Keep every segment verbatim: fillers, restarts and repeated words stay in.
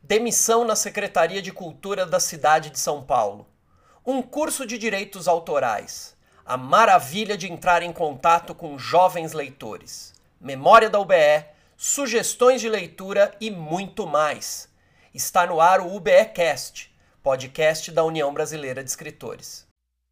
Demissão na Secretaria de Cultura da cidade de São Paulo. Um curso de direitos autorais. A maravilha de entrar em contato com jovens leitores. Memória da U B E, sugestões de leitura e muito mais. Está no ar o U B E Cast, podcast da União Brasileira de Escritores.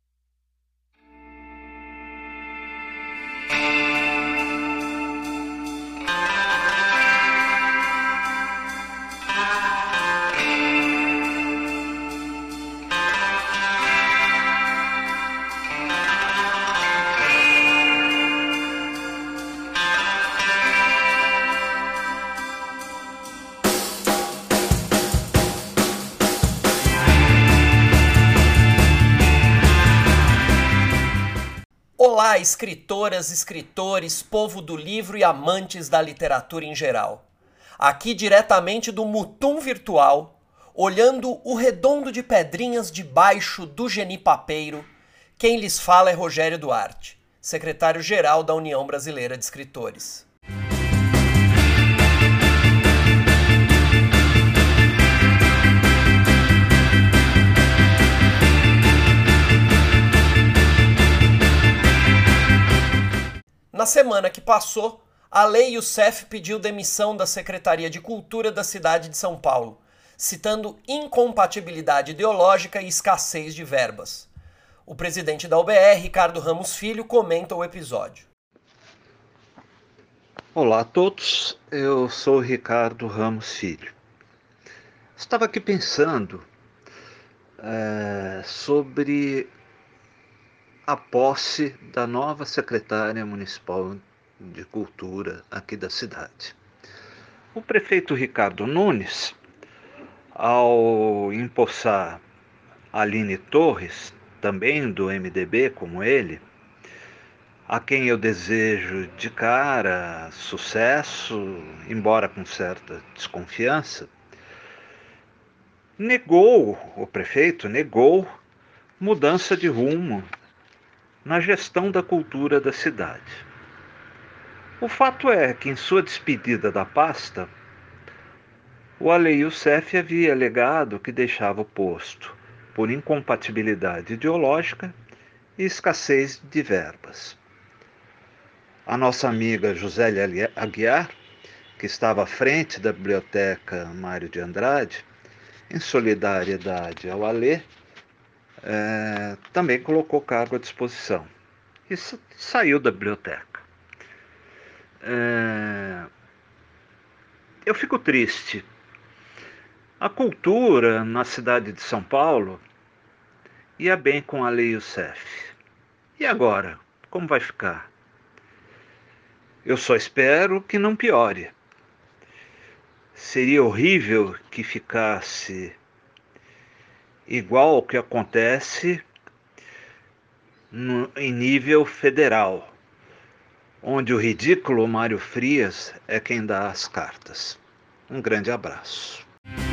Olá, escritoras, escritores, povo do livro e amantes da literatura em geral. Aqui diretamente do Mutum Virtual, olhando o redondo de pedrinhas debaixo do genipapeiro, quem lhes fala é Rogério Duarte, secretário-geral da União Brasileira de Escritores. Na semana que passou, a Lei Youssef pediu demissão da Secretaria de Cultura da cidade de São Paulo, citando incompatibilidade ideológica e escassez de verbas. O presidente da U B E, Ricardo Ramos Filho, comenta o episódio. Olá a todos, eu sou Ricardo Ramos Filho. Estava aqui pensando é, sobre a posse da nova secretária municipal de cultura aqui da cidade. O prefeito Ricardo Nunes, ao empossar Aline Torres, também do M D B como ele, a quem eu desejo de cara sucesso, embora com certa desconfiança, negou, o prefeito negou mudança de rumo na gestão da cultura da cidade. O fato é que, em sua despedida da pasta, o Ale Youssef havia alegado que deixava o posto por incompatibilidade ideológica e escassez de verbas. A nossa amiga Josélia Aguiar, que estava à frente da Biblioteca Mário de Andrade, em solidariedade ao Ale, É, também colocou cargo à disposição e sa- saiu da biblioteca. É, eu fico triste. A cultura na cidade de São Paulo ia bem com a Lei Youssef. E agora? Como vai ficar? Eu só espero que não piore. Seria horrível que ficasse igual ao que acontece no, em nível federal, onde o ridículo Mário Frias é quem dá as cartas. Um grande abraço.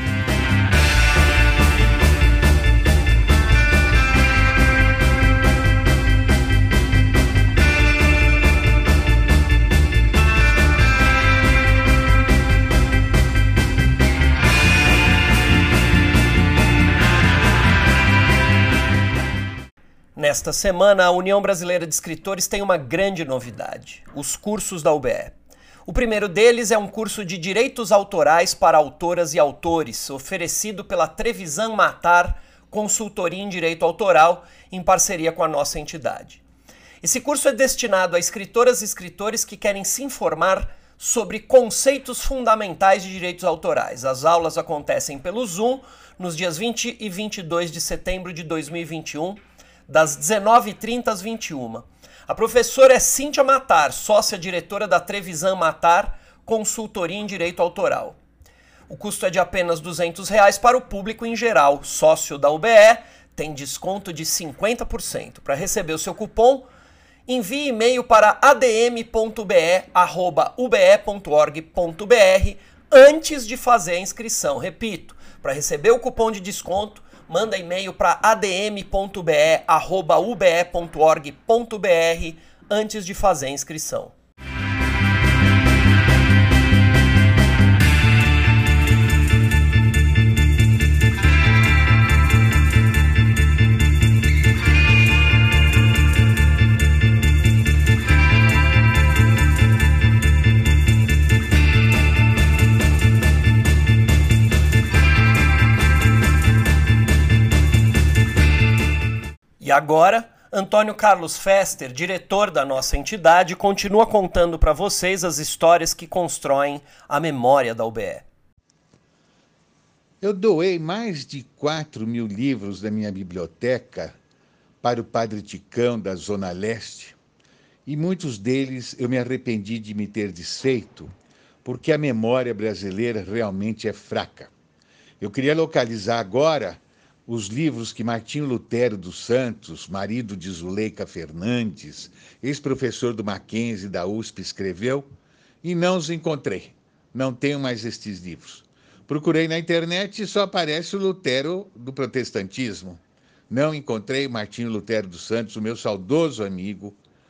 Nesta semana, a União Brasileira de Escritores tem uma grande novidade: os cursos da U B E. O primeiro deles é um curso de direitos autorais para autoras e autores, oferecido pela Trevisan Matar Consultoria em Direito Autoral, em parceria com a nossa entidade. Esse curso é destinado a escritoras e escritores que querem se informar sobre conceitos fundamentais de direitos autorais. As aulas acontecem pelo Zoom nos dias vinte e vinte e dois de setembro de dois mil e vinte e um, das dezenove e trinta às vinte e uma. A professora é Cíntia Matar, sócia-diretora da Trevisan Matar Consultoria em Direito Autoral. O custo é de apenas duzentos reais para o público em geral. Sócio da U B E tem desconto de cinquenta por cento. Para receber o seu cupom, envie e-mail para a d m ponto b e arroba u b e ponto org ponto b r antes de fazer a inscrição. Repito, para receber o cupom de desconto, manda e-mail para a d m ponto b e arroba u b e ponto org ponto b r antes de fazer a inscrição. agora, Antônio Carlos Fester, diretor da nossa entidade, continua contando para vocês as histórias que constroem a memória da U B E. Eu doei mais de quatro mil livros da minha biblioteca para o Padre Ticão da Zona Leste, e muitos deles eu me arrependi de me ter desfeito, porque a memória brasileira realmente é fraca. Eu queria localizar agora os livros que Martinho Lutero dos Santos, marido de Zuleika Fernandes, ex-professor do Mackenzie da U S P, escreveu, e não os encontrei. Não tenho mais estes livros. Procurei na internet e só aparece o Lutero do protestantismo. Não encontrei Martinho Lutero dos Santos, o meu saudoso amigo,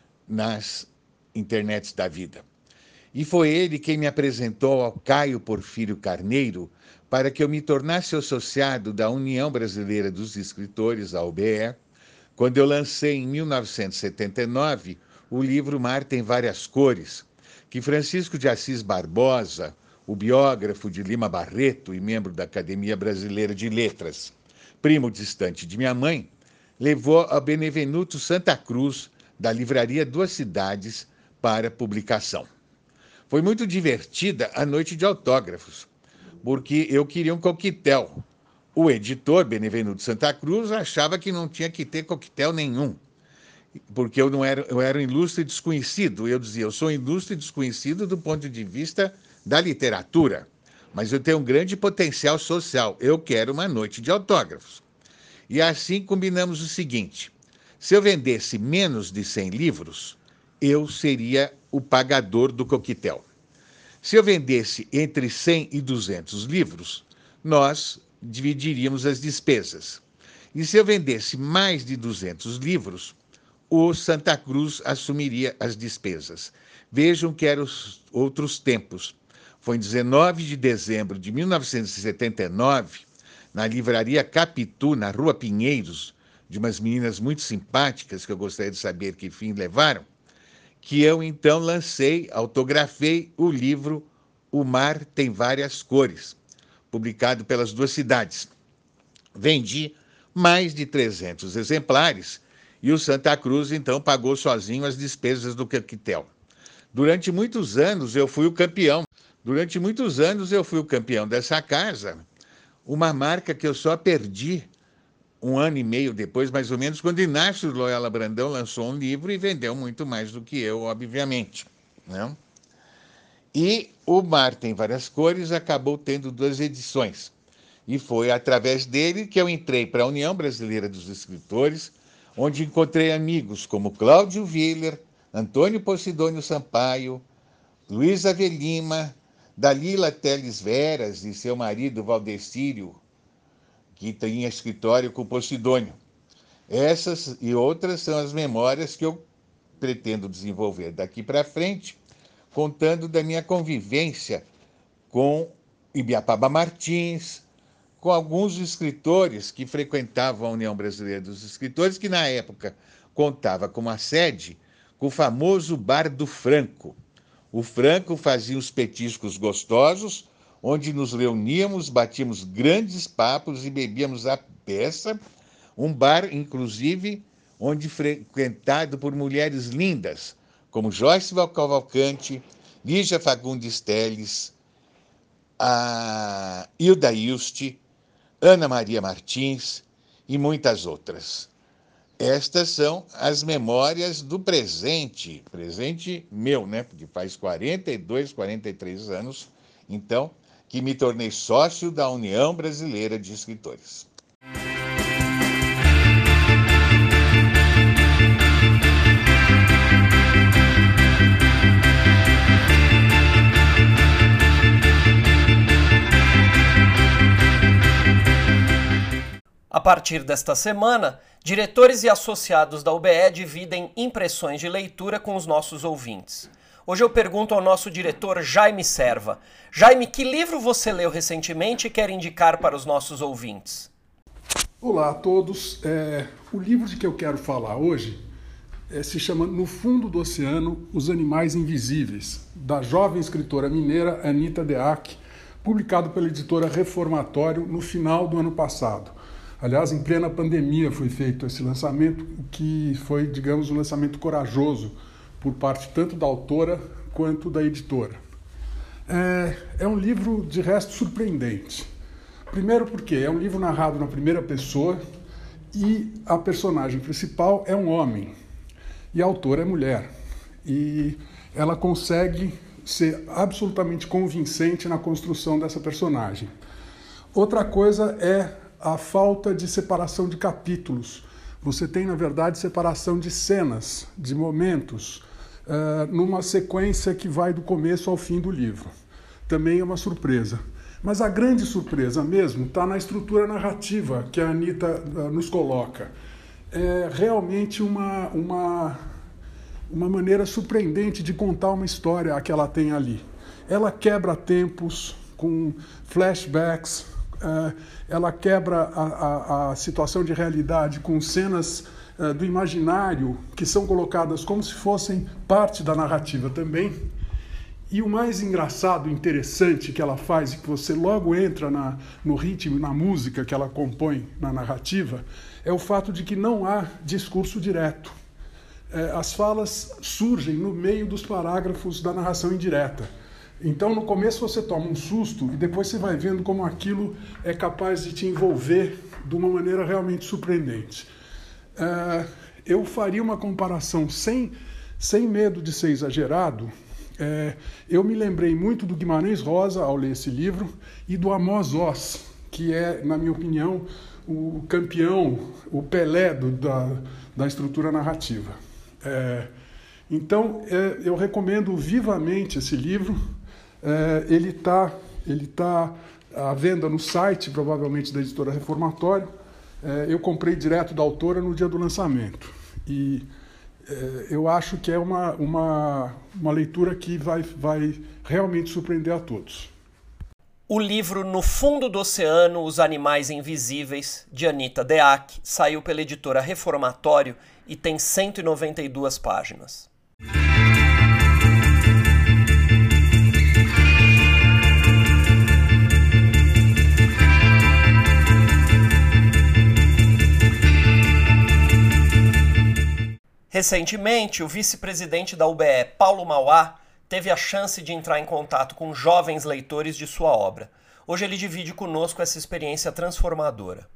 nas internets da vida. E foi ele quem me apresentou ao Caio Porfírio Carneiro para que eu me tornasse associado da União Brasileira dos Escritores, a U B E, quando eu lancei em mil novecentos e setenta e nove o livro Mar Tem Várias Cores, que Francisco de Assis Barbosa, o biógrafo de Lima Barreto e membro da Academia Brasileira de Letras, primo distante de minha mãe, levou a Benevenuto Santa Cruz, da livraria Duas Cidades, para publicação. Foi muito divertida a noite de autógrafos, porque eu queria um coquetel. O editor, Benevenuto Santa Cruz, achava que não tinha que ter coquetel nenhum, porque eu, não era, eu era um ilustre desconhecido. Eu dizia, eu sou um ilustre desconhecido do ponto de vista da literatura, mas eu tenho um grande potencial social. Eu quero uma noite de autógrafos. E assim combinamos o seguinte, se eu vendesse menos de cem livros, eu seria o pagador do coquetel. Se eu vendesse entre cem e duzentos livros, nós dividiríamos as despesas. E se eu vendesse mais de duzentos livros, o Santa Cruz assumiria as despesas. Vejam que eram os outros tempos. Foi em dezenove de dezembro de mil novecentos e setenta e nove, na livraria Capitu, na Rua Pinheiros, de umas meninas muito simpáticas, que eu gostaria de saber que fim levaram, que eu então lancei, autografei o livro O Mar Tem Várias Cores, publicado pelas Duas Cidades. Vendi mais de trezentos exemplares e o Santa Cruz então pagou sozinho as despesas do coquetel. Durante muitos anos eu fui o campeão. Durante muitos anos eu fui o campeão dessa casa, uma marca que eu só perdi um ano e meio depois, mais ou menos, quando Inácio Loyola Brandão lançou um livro e vendeu muito mais do que eu, obviamente, né? E O Mar Tem Várias Cores acabou tendo duas edições. E foi através dele que eu entrei para a União Brasileira dos Escritores, onde encontrei amigos como Cláudio Willer, Antônio Posidônio Sampaio, Luiz Avelima, Dalila Teles Veras e seu marido Valdecírio, que tinha escritório com Posidônio. Essas e outras são as memórias que eu pretendo desenvolver daqui para frente, contando da minha convivência com Ibiapaba Martins, com alguns escritores que frequentavam a União Brasileira dos Escritores, que na época contava como a sede com o famoso Bar do Franco. O Franco fazia os petiscos gostosos, onde nos reuníamos, batíamos grandes papos e bebíamos à beça, um bar, inclusive, onde frequentado por mulheres lindas, como Joyce Cavalcante, Lígia Fagundes Telles, a Hilda Ilst, Ana Maria Martins e muitas outras. Estas são as memórias do presente, presente meu, né? Porque faz quarenta e dois, quarenta e três anos, então, que me tornei sócio da União Brasileira de Escritores. A partir desta semana, diretores e associados da U B E dividem impressões de leitura com os nossos ouvintes. Hoje eu pergunto ao nosso diretor Jaime Serva. Jaime, que livro você leu recentemente e quer indicar para os nossos ouvintes? Olá a todos. É, o livro de que eu quero falar hoje é, se chama No Fundo do Oceano, Os Animais Invisíveis, da jovem escritora mineira Anita Deac, publicado pela editora Reformatório no final do ano passado. Aliás, em plena pandemia foi feito esse lançamento, que foi, digamos, um lançamento corajoso por parte tanto da autora quanto da editora. É, é um livro, de resto, surpreendente. Primeiro porque é um livro narrado na primeira pessoa e a personagem principal é um homem e a autora é mulher. E ela consegue ser absolutamente convincente na construção dessa personagem. Outra coisa é a falta de separação de capítulos. Você tem, na verdade, separação de cenas, de momentos, uh, numa sequência que vai do começo ao fim do livro. Também é uma surpresa. Mas a grande surpresa mesmo está na estrutura narrativa que a Anita uh, nos coloca. É realmente uma, uma, uma maneira surpreendente de contar uma história a que ela tem ali. Ela quebra tempos com flashbacks, uh, ela quebra a, a, a situação de realidade com cenas uh, do imaginário que são colocadas como se fossem parte da narrativa também. E o mais engraçado e interessante que ela faz, e que você logo entra na, no ritmo, na música que ela compõe na narrativa, é o fato de que não há discurso direto. É, as falas surgem no meio dos parágrafos da narração indireta. Então, no começo você toma um susto e depois você vai vendo como aquilo é capaz de te envolver de uma maneira realmente surpreendente. É, eu faria uma comparação sem, sem medo de ser exagerado. É, eu me lembrei muito do Guimarães Rosa ao ler esse livro e do Amos Oz, que é, na minha opinião, o campeão, o Pelé do, da, da estrutura narrativa. É, então, é, eu recomendo vivamente esse livro. É, ele está ele tá à venda no site, provavelmente, da editora Reformatório. É, eu comprei direto da autora no dia do lançamento. E eu acho que é uma, uma, uma leitura que vai, vai realmente surpreender a todos. O livro No Fundo do Oceano, Os Animais Invisíveis, de Anita Deac, saiu pela editora Reformatório e tem cento e noventa e duas páginas. Recentemente, o vice-presidente da U B E, Paulo Mauá, teve a chance de entrar em contato com jovens leitores de sua obra. Hoje ele divide conosco essa experiência transformadora.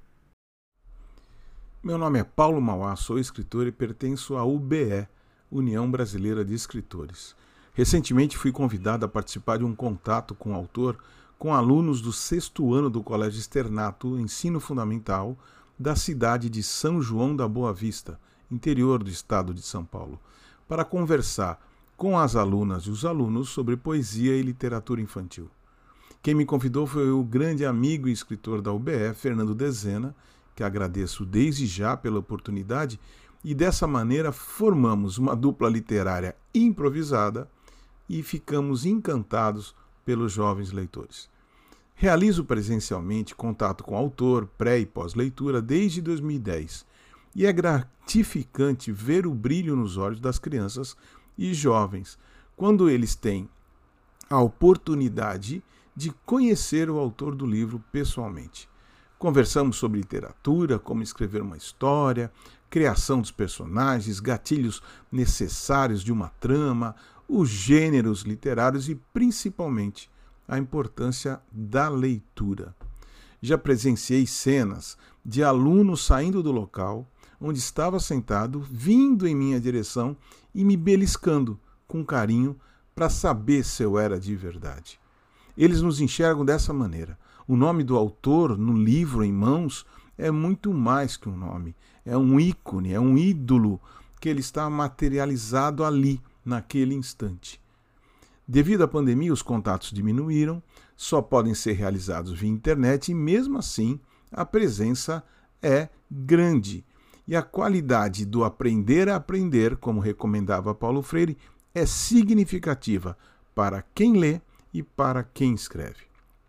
Meu nome é Paulo Mauá, sou escritor e pertenço à U B E, União Brasileira de Escritores. Recentemente fui convidado a participar de um contato com o autor com alunos do sexto ano do Colégio Externato, Ensino Fundamental, da cidade de São João da Boa Vista, interior do estado de São Paulo, para conversar com as alunas e os alunos sobre poesia e literatura infantil. Quem me convidou foi o grande amigo e escritor da U B E, Fernando Dezena, que agradeço desde já pela oportunidade, e dessa maneira formamos uma dupla literária improvisada e ficamos encantados pelos jovens leitores. Realizo presencialmente contato com o autor, pré e pós-leitura, desde dois mil e dez, e é gratificante ver o brilho nos olhos das crianças e jovens quando eles têm a oportunidade de conhecer o autor do livro pessoalmente. Conversamos sobre literatura, como escrever uma história, criação dos personagens, gatilhos necessários de uma trama, os gêneros literários e, principalmente, a importância da leitura. Já presenciei cenas de alunos saindo do local onde estava sentado, vindo em minha direção e me beliscando com carinho para saber se eu era de verdade. Eles nos enxergam dessa maneira. O nome do autor no livro em mãos é muito mais que um nome. É um ícone, é um ídolo que ele está materializado ali, naquele instante. Devido à pandemia, os contatos diminuíram, só podem ser realizados via internet e, mesmo assim, a presença é grande. E a qualidade do aprender a aprender, como recomendava Paulo Freire, é significativa para quem lê e para quem escreve.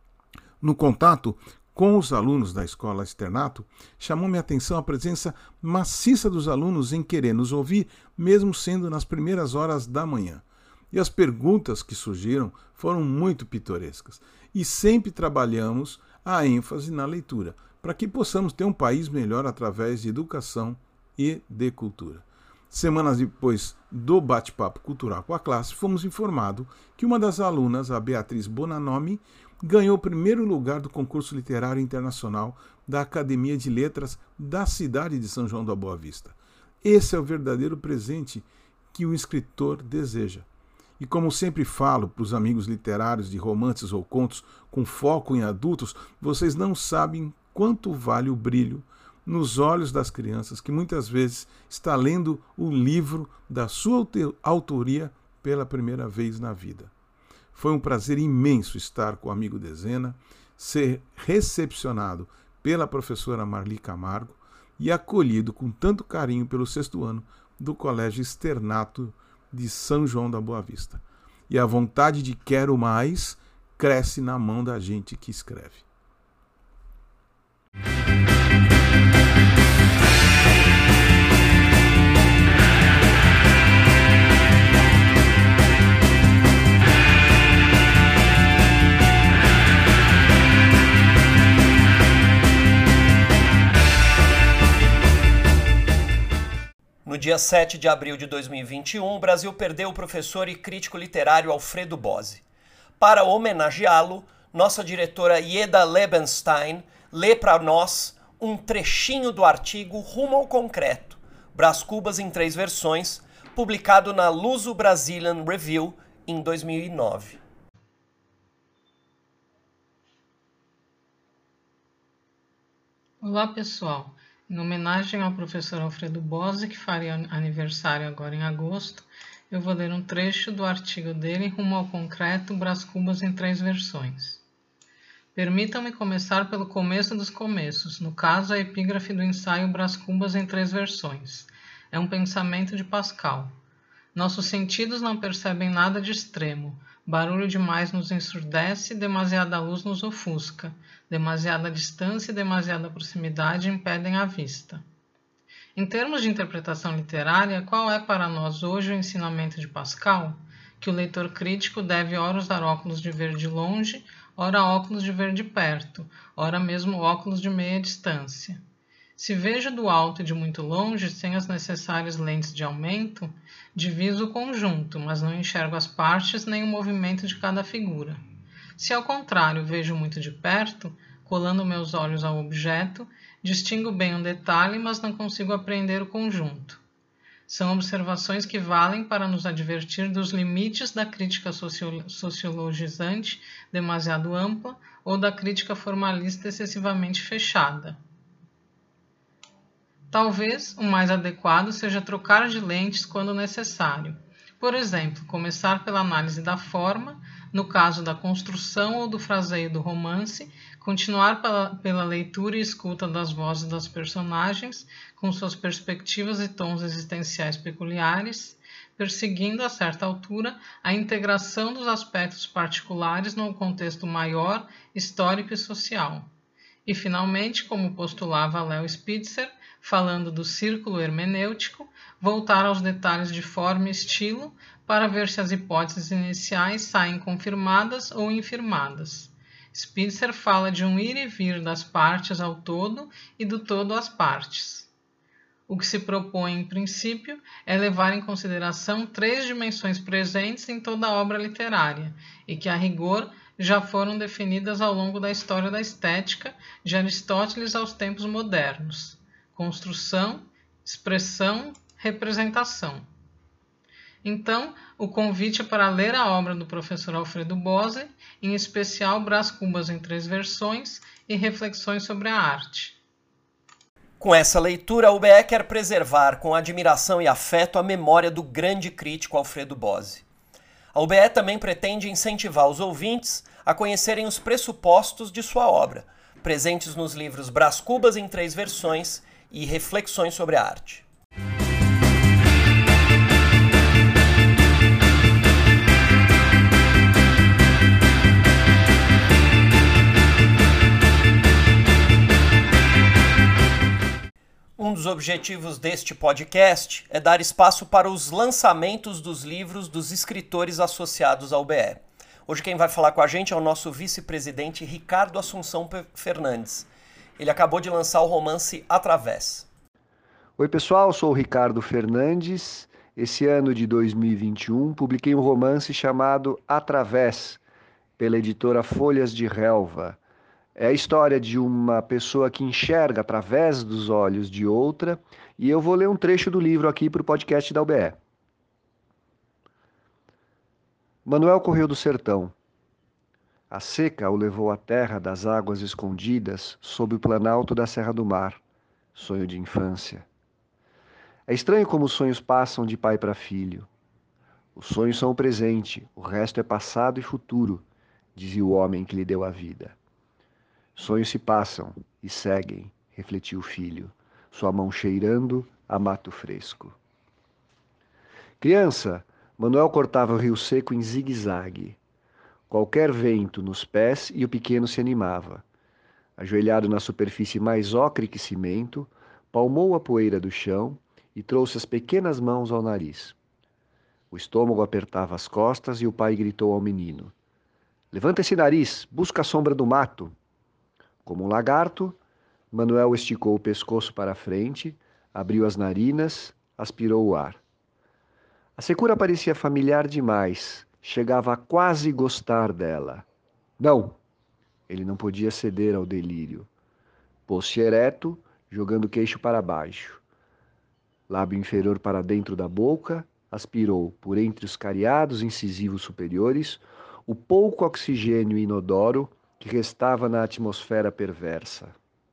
No contato com os alunos da escola Externato, chamou-me a atenção a presença maciça dos alunos em querer nos ouvir, mesmo sendo nas primeiras horas da manhã. E as perguntas que surgiram foram muito pitorescas. E sempre trabalhamos a ênfase na leitura, para que possamos ter um país melhor através de educação e de cultura. Semanas depois do bate-papo cultural com a classe, fomos informados que uma das alunas, a Beatriz Bonanomi, ganhou o primeiro lugar do concurso literário internacional da Academia de Letras da cidade de São João da Boa Vista. Esse é o verdadeiro presente que o escritor deseja. E como sempre falo para os amigos literários de romances ou contos com foco em adultos, vocês não sabem quanto vale o brilho nos olhos das crianças que muitas vezes está lendo o livro da sua autoria pela primeira vez na vida. Foi um prazer imenso estar com o amigo Dezena, ser recepcionado pela professora Marli Camargo e acolhido com tanto carinho pelo sexto ano do Colégio Externato de São João da Boa Vista. E a vontade de quero mais cresce na mão da gente que escreve. No dia sete de abril de dois mil e vinte e um, o Brasil perdeu o professor e crítico literário Alfredo Bozzi. Para homenageá-lo, nossa diretora Ieda Lebenstein lê para nós um trechinho do artigo Rumo ao Concreto, Brás Cubas em Três Versões, publicado na Luso-Brazilian Review em dois mil e nove. Olá, pessoal. Em homenagem ao professor Alfredo Bozzi, que faria aniversário agora em agosto, eu vou ler um trecho do artigo dele, Rumo ao Concreto, Brás Cubas em Três Versões. Permitam-me começar pelo começo dos começos, no caso a epígrafe do ensaio Brás Cubas em Três Versões. É um pensamento de Pascal. Nossos sentidos não percebem nada de extremo. Barulho demais nos ensurdece, demasiada luz nos ofusca. Demasiada distância e demasiada proximidade impedem a vista. Em termos de interpretação literária, qual é para nós hoje o ensinamento de Pascal? Que o leitor crítico deve ora usar óculos de ver de longe, ora óculos de ver de perto, ora mesmo óculos de meia distância. Se vejo do alto e de muito longe, sem as necessárias lentes de aumento, diviso o conjunto, mas não enxergo as partes nem o movimento de cada figura. Se ao contrário vejo muito de perto, colando meus olhos ao objeto, distingo bem um detalhe, mas não consigo apreender o conjunto. São observações que valem para nos advertir dos limites da crítica sociologizante demasiado ampla ou da crítica formalista excessivamente fechada. Talvez o mais adequado seja trocar de lentes quando necessário. Por exemplo, começar pela análise da forma, no caso da construção ou do fraseio do romance, continuar pela, pela leitura e escuta das vozes das personagens, com suas perspectivas e tons existenciais peculiares, perseguindo, a certa altura, a integração dos aspectos particulares no contexto maior, histórico e social. E, finalmente, como postulava Léo Spitzer, falando do círculo hermenêutico, voltar aos detalhes de forma e estilo para ver se as hipóteses iniciais saem confirmadas ou infirmadas. Spitzer fala de um ir e vir das partes ao todo e do todo às partes. O que se propõe, em princípio, é levar em consideração três dimensões presentes em toda a obra literária e que, a rigor, já foram definidas ao longo da história da estética, de Aristóteles aos tempos modernos: construção, expressão, representação. Então, o convite é para ler a obra do professor Alfredo Bozzi, em especial Brás Cubas em Três Versões e Reflexões sobre a Arte. Com essa leitura, a U B E quer preservar com admiração e afeto a memória do grande crítico Alfredo Bozzi. A U B E também pretende incentivar os ouvintes a conhecerem os pressupostos de sua obra, presentes nos livros Brás Cubas em Três Versões e Reflexões sobre a Arte. Um dos objetivos deste podcast é dar espaço para os lançamentos dos livros dos escritores associados ao U B E. Hoje quem vai falar com a gente é o nosso vice-presidente Ricardo Assunção Fernandes. Ele acabou de lançar o romance Através. Oi pessoal, sou o Ricardo Fernandes. Esse ano de dois mil e vinte e um publiquei um romance chamado Através, pela editora Folhas de Relva. É a história de uma pessoa que enxerga através dos olhos de outra, e eu vou ler um trecho do livro aqui para o podcast da U B E. Manuel correu do sertão. A seca o levou à terra das águas escondidas sob o planalto da Serra do Mar, sonho de infância. É estranho como os sonhos passam de pai para filho. Os sonhos são o presente, o resto é passado e futuro, dizia o homem que lhe deu a vida. Sonhos se passam e seguem, refletiu o filho, sua mão cheirando a mato fresco. Criança, Manuel cortava o rio seco em zigue-zague. Qualquer vento nos pés e o pequeno se animava. Ajoelhado na superfície mais ocre que cimento, palmou a poeira do chão e trouxe as pequenas mãos ao nariz. O estômago apertava as costas e o pai gritou ao menino: "Levanta esse nariz, busca a sombra do mato." Como um lagarto, Manuel esticou o pescoço para a frente, abriu as narinas, aspirou o ar. A secura parecia familiar demais, chegava a quase gostar dela. Não! Ele não podia ceder ao delírio. Pôs-se ereto, jogando o queixo para baixo. Lábio inferior para dentro da boca, aspirou, por entre os cariados incisivos superiores, o pouco oxigênio inodoro que restava na atmosfera perversa.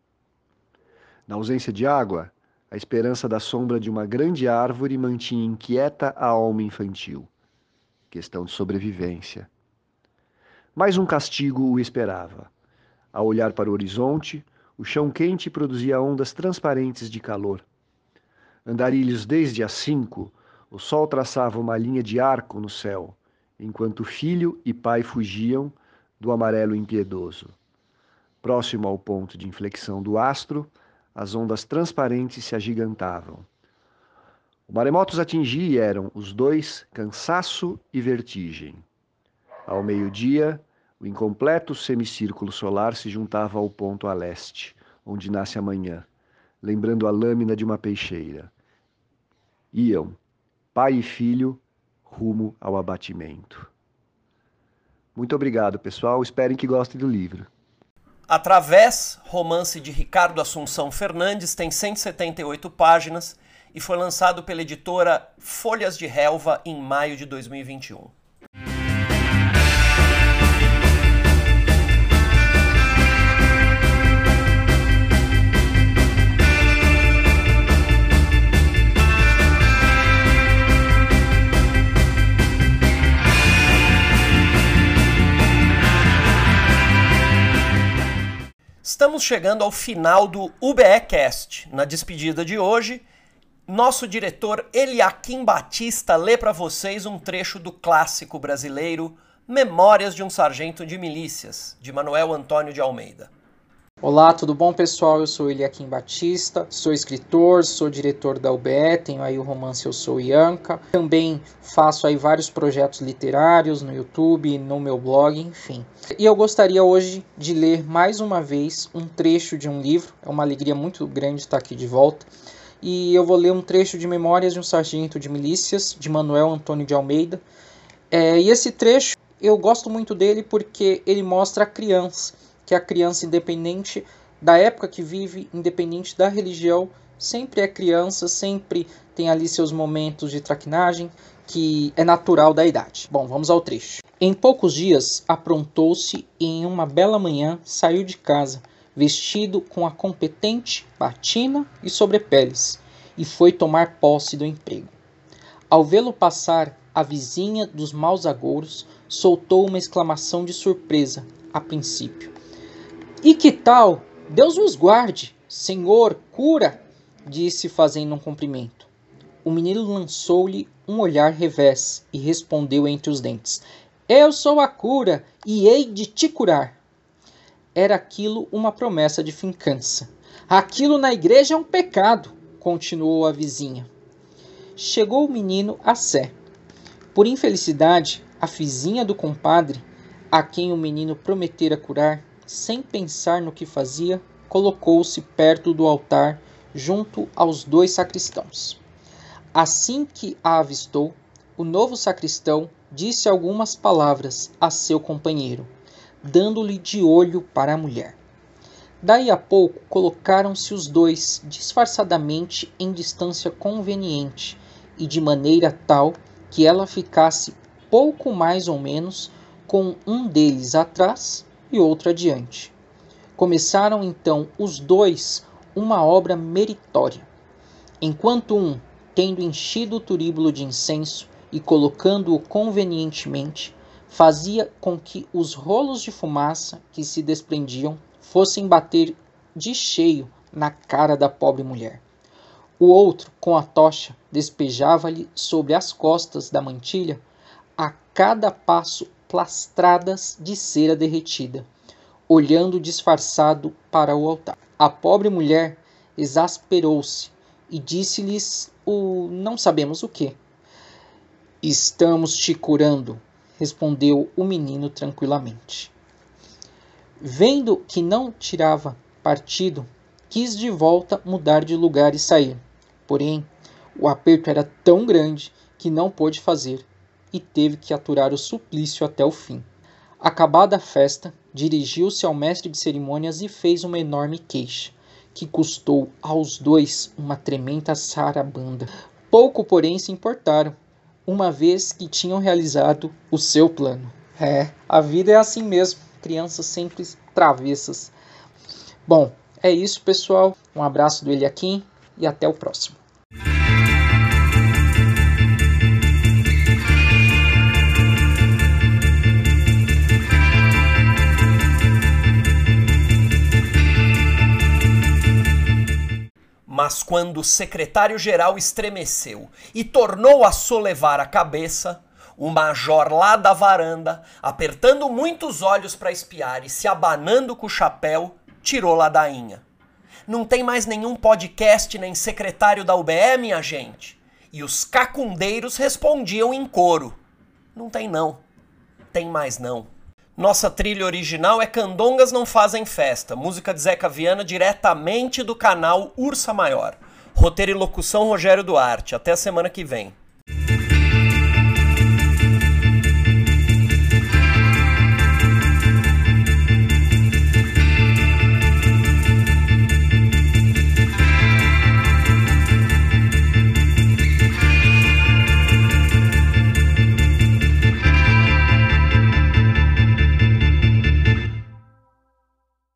Na ausência de água, a esperança da sombra de uma grande árvore mantinha inquieta a alma infantil. Questão de sobrevivência. Mais um castigo o esperava. Ao olhar para o horizonte, o chão quente produzia ondas transparentes de calor. Andarilhos desde as cinco, o sol traçava uma linha de arco no céu, enquanto filho e pai fugiam do amarelo impiedoso. Próximo ao ponto de inflexão do astro, as ondas transparentes se agigantavam. O maremoto os atingia e eram, os dois, cansaço e vertigem. Ao meio-dia, o incompleto semicírculo solar se juntava ao ponto a leste, onde nasce a manhã, lembrando a lâmina de uma peixeira. Iam, pai e filho, rumo ao abatimento. Muito obrigado, pessoal. Esperem que gostem do livro. Através, romance de Ricardo Assunção Fernandes, tem cento e setenta e oito páginas e foi lançado pela editora Folhas de Relva em maio de dois mil e vinte e um. Estamos chegando ao final do U B E Cast. Na despedida de hoje, nosso diretor Eliakim Batista lê para vocês um trecho do clássico brasileiro Memórias de um Sargento de Milícias, de Manuel Antônio de Almeida. Olá, tudo bom, pessoal? Eu sou Eliakim Batista, sou escritor, sou diretor da U B E, tenho aí o romance Eu Sou Ianca. Também faço aí vários projetos literários no YouTube, no meu blog, enfim. E eu gostaria hoje de ler mais uma vez um trecho de um livro. É uma alegria muito grande estar aqui de volta. E eu vou ler um trecho de Memórias de um Sargento de Milícias, de Manuel Antônio de Almeida. É, e esse trecho, eu gosto muito dele porque ele mostra a criança, que a criança, independente da época que vive, independente da religião, sempre é criança, sempre tem ali seus momentos de traquinagem, que é natural da idade. Bom, vamos ao trecho. Em poucos dias, aprontou-se e em uma bela manhã saiu de casa, vestido com a competente batina e sobrepeles, e foi tomar posse do emprego. Ao vê-lo passar, a vizinha dos maus agouros soltou uma exclamação de surpresa, a princípio. "E que tal? Deus nos guarde! Senhor, cura!" disse, fazendo um cumprimento. O menino lançou-lhe um olhar revés e respondeu entre os dentes: "Eu sou a cura e hei de te curar." Era aquilo uma promessa de fincança. "Aquilo na igreja é um pecado", continuou a vizinha. Chegou o menino a sé. Por infelicidade, a vizinha do compadre, a quem o menino prometera curar, sem pensar no que fazia, colocou-se perto do altar, junto aos dois sacristãos. Assim que a avistou, o novo sacristão disse algumas palavras a seu companheiro, dando-lhe de olho para a mulher. Daí a pouco colocaram-se os dois disfarçadamente em distância conveniente e de maneira tal que ela ficasse pouco mais ou menos com um deles atrás e outro adiante. Começaram então os dois uma obra meritória. Enquanto um, tendo enchido o turíbulo de incenso e colocando-o convenientemente, fazia com que os rolos de fumaça que se desprendiam fossem bater de cheio na cara da pobre mulher. O outro, com a tocha, despejava-lhe sobre as costas da mantilha a cada passo plastradas de cera derretida, olhando disfarçado para o altar. A pobre mulher exasperou-se e disse-lhes o não sabemos o quê. Estamos te curando, respondeu o menino tranquilamente. Vendo que não tirava partido, quis de volta mudar de lugar e sair. Porém, o aperto era tão grande que não pôde fazer e teve que aturar o suplício até o fim. Acabada a festa, dirigiu-se ao mestre de cerimônias e fez uma enorme queixa, que custou aos dois uma tremenda sarabanda. Pouco, porém, se importaram, uma vez que tinham realizado o seu plano. É, a vida é assim mesmo. Crianças sempre travessas. Bom, é isso, pessoal. Um abraço do Eliakim e até o próximo. Mas quando o secretário-geral estremeceu e tornou a solevar a cabeça, o major lá da varanda, apertando muito os olhos para espiar e se abanando com o chapéu, tirou ladainha. Não tem mais nenhum podcast nem secretário da U B E, minha gente? E os cacundeiros respondiam em coro. Não tem não. Tem mais não. Nossa trilha original é Candongas Não Fazem Festa, música de Zeca Viana diretamente do canal Ursa Maior. Roteiro e locução Rogério Duarte. Até a semana que vem.